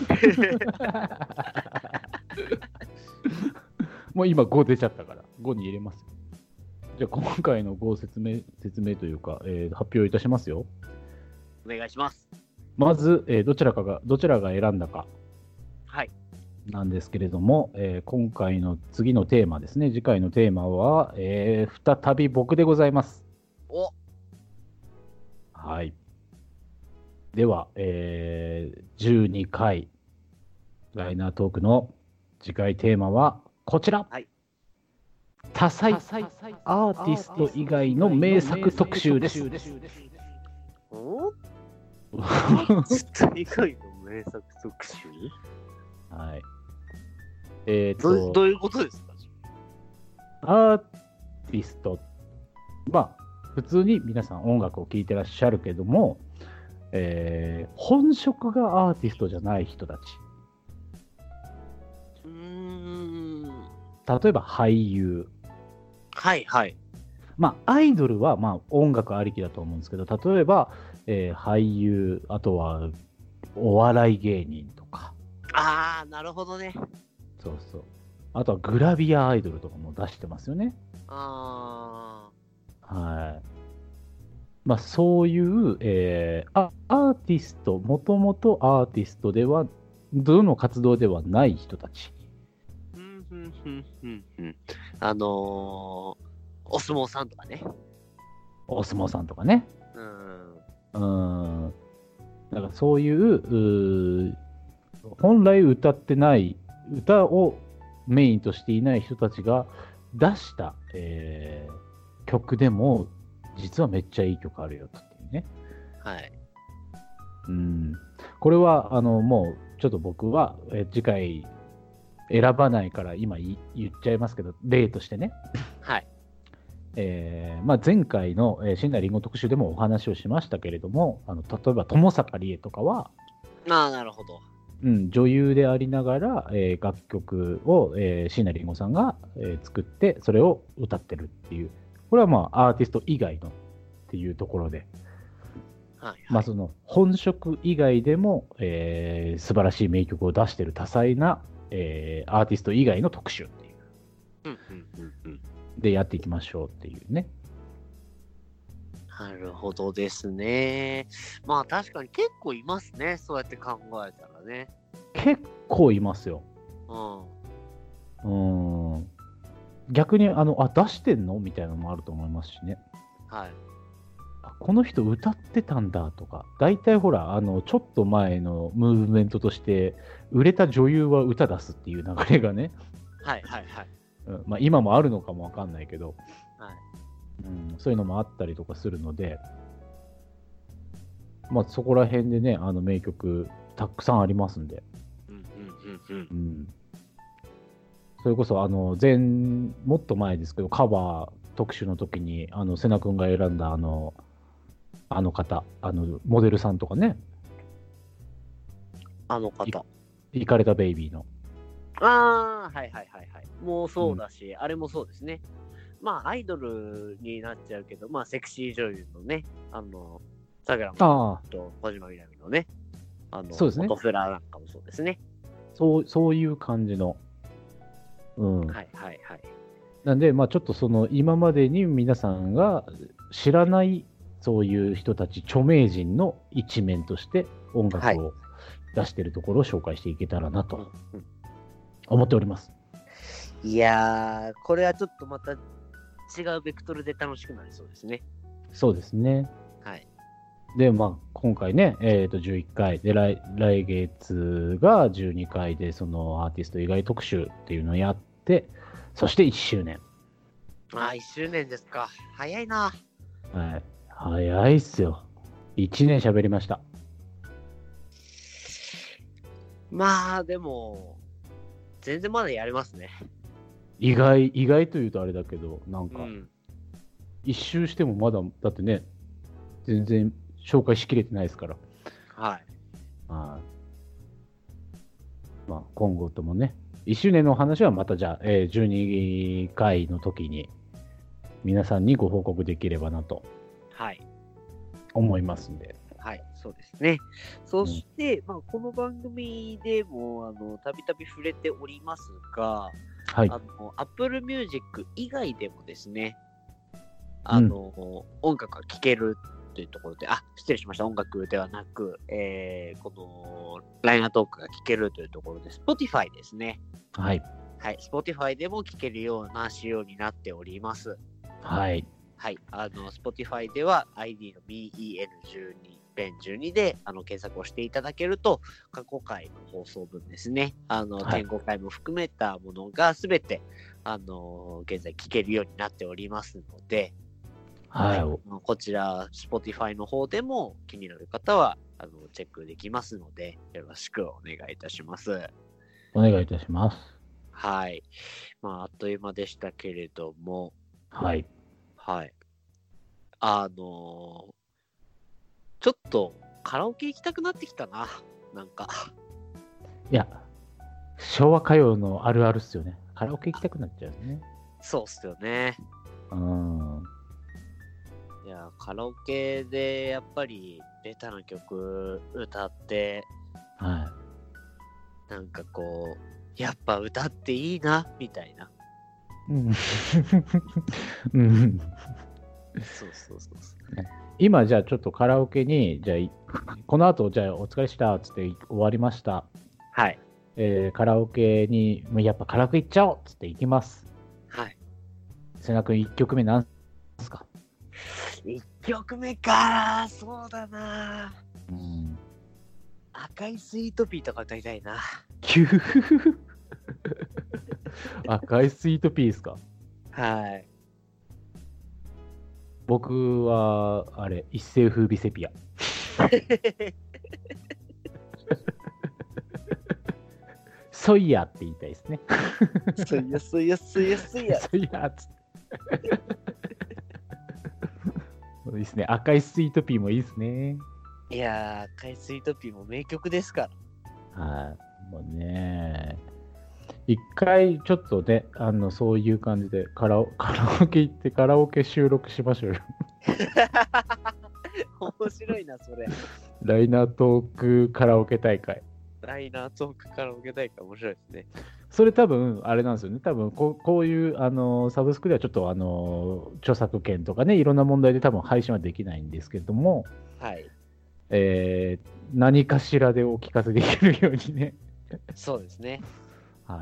もう今ご出ちゃったからごに入れます。じゃあ今回のご説明、説明というか、えー、発表いたしますよ。 お願いします。 まず、えー、どちらかが、どちらが選んだか。 はい。 なんですけれども、えー、今回の次のテーマですね。次回のテーマは、えー、再び僕でございます。 お。 はい。では、えー、じゅうにかいライナートークの次回テーマはこちら。 はい。 多彩アーティスト以外の名作特集です。 お？アーティスト以外の名作特集？ はい。えー、 とど、どういうことですか？ アーティスト、まあ普通に皆さん音楽を聴いてらっしゃるけども、えー、本職がアーティストじゃない人たち。 うーん。 例えば俳優。 はいはい。 まあアイドルはまあ音楽ありきだと思うんですけど、例えば、えー、俳優、あとはお笑い芸人とか。 ああ、なるほどね。 そうそう。あとはグラビアアイドルとかも出してますよね。 ああ。はい。まあそういう、えー、あアーティスト、もともとアーティストでは、どの活動ではない人たち。 ふんふんふんふんふん。あのー、お相撲さんとかね。 お相撲さんとかね。 うん。 うん。だからそういう、う本来歌ってない歌をメインとしていない人たちが出した、えー、曲でも実はめっちゃいい曲あるよっていうね。 はい。 うん。これはあのもうちょっと僕は、えー、次回選ばないから今言っちゃいますけど、例としてね。 はい。 えーまあ、前回の、えー、椎名林檎特集でもお話をしましたけれども、あの例えば友坂理恵とかは、 ああ、なるほど。 うん、女優でありながら、えー楽曲を、えー椎名林檎さんが、えー作ってそれを歌ってるっていう、これはまあアーティスト以外のっていうところで、 はいはい。 まあ、その本職以外でも、えー素晴らしい名曲を出してる多彩な、えーアーティスト以外の特集っていううんうんうんうん。 でやっていきましょうっていうね。 なるほどですね。まあ確かに結構いますね。そうやって考えたらね。 結構いますよ。 うん。 うーん。逆にあのあ出してんのみたいなのもあると思いますしね。 はい。 あこの人歌ってたんだとか、大体ほらあのちょっと前のムーブメントとして売れた女優は歌出すっていう流れがね、 はいはいはい。 うんまあ、今もあるのかもわかんないけど、 はい。 うん、そういうのもあったりとかするので、まあ、そこら辺でねあの名曲たくさんありますんで、 うんうんうんうんう。ん、それこそあの前もっと前ですけどカバー特集の時にあの瀬名君が選んだあのあの方あのモデルさんとかね、 あの方。 イカれたベイビーの、 ああ、はいはいはいはい。もうそうだし、あれもそうですね。まあアイドルになっちゃうけど、まあセクシー女優のね、あの、桜あもあと小島みなみのね、あの、 そうですねフォトフラなんかもそうですね。 そうそういう感じの、うん、 はいはいはい。 なんでまあちょっとその今までに皆さんが知らないそういう人たち著名人の一面として音楽を出しているところを紹介していけたらなうんとうん思っております。 いやー、これはちょっとまた違うベクトルで楽しくなりそうですね。 そうですね。 はい。 で、まあ、今回ね、えーと、じゅういっかいで来、来月がじゅうにかいで、そのアーティスト以外特集っていうのをやって、そしていっしゅうねん。 ああ、いっしゅうねんですか。早いな。 はい。早いっすよ。いちねん喋りました。 まあ、でも、全然まだやれますね。 意外、意外というとあれだけど、なんか、 うん。 一周してもまだ、だってね、全然紹介しきれてないですから。 はい。 はいまあ、今後ともね、いっしゅうねんの話はまたじゃあ、えーじゅうにかいの時に皆さんにご報告できればなとはい。 思いますんで。 はい、そうですね。そして、まあ、この番組でも、あの、たびたび触れておりますが、 はい。 あの、Apple Music 以外でもですね、あの、音楽が聴けるというところで、あ、失礼しました。音楽ではなく、えー、この、ライナートークが聴けるというところで、Spotify ですね。 はい。 はい、Spotify でも聴けるような仕様になっております。 はい。 はい、あの、Spotify では アイディー の ビーイーエヌじゅうに、ベンじゅうにであの検索をしていただけると、過去回の放送分ですね、あの、 はい前後回も含めたものがすべて、あの、現在聞けるようになっておりますので、 はい。 はいこちら、Spotify の方でも気になる方は、あの、チェックできますので、よろしくお願いいたします。 お願いいたします。 はい。まあ、あっという間でしたけれども、 はい。 はい。あのーちょっとカラオケ行きたくなってきたな。なんか。 いや、昭和歌謡のあるあるっすよね。カラオケ行きたくなっちゃうね。 そうっすよね。 うん。 いや、カラオケでやっぱりベタな曲歌って、 はなんかこう、やっぱ歌っていいな、みたいな。 い。うん。うん。 そうそうそうそう。 今じゃあちょっとカラオケに、じゃあいこの後じゃあお疲れしたっつって終わりました。 はい。 えーカラオケに、もうやっぱカラオケ行っちゃおうっつって行きます。 はい。 瀬名君いっきょくめなんですか？ いっきょくめか。そうだな。 うん。 赤いスイートピーとか歌いたいな。 キュー赤いスイートピーですか？ はい。 僕は、あれ、一世風靡セピア。ソイヤって言いたいですね。 すやすやすやすや。 ソイヤっつって。いいですね。赤いスイートピーもいいですね。 いやー、赤いスイートピーも名曲ですかはい、もうね、一回ちょっとね、あのそういう感じでカラオ、カラオケ行ってカラオケ収録しましょうよ。 面白いな、それ。 ライナートークカラオケ大会。 ライナートークカラオケ大会面白いですね。 それ多分あれなんですよね。多分こう、こういうあのサブスクではちょっとあの著作権とかね、いろんな問題で多分配信はできないんですけども、 はい。 えー何かしらでお聞かせできるようにね。 そうですね。 はい。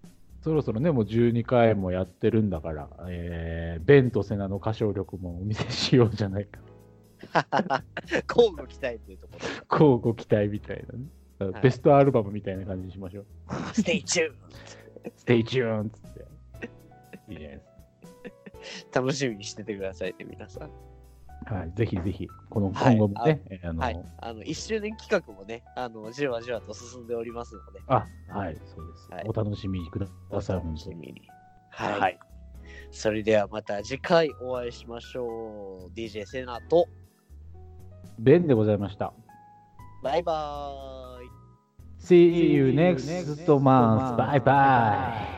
そろそろね、もうじゅうにかいもやってるんだから、えーベンとセナの歌唱力もお見せしようじゃないか。 交互期待というところで。 交互期待みたいなね。 はいベストアルバムみたいな感じにしましょう。 ステイチューンステイチューンっつって。いいじゃないです楽しみにしててくださいね、皆さん。 か。はい。ぜひぜひ、このはい今後もね、えーあの、 はい。あの、いっしゅうねん企画もね、あの、じわじわと進んでおりますので。 あ、はい、そうです。 はいお楽しみください。 お楽しみに。はい。 はい。 それではまた次回お会いしましょう。ディージェー セナと、 ベンでございました。 バイバーイ。 See you next month. Bye bye.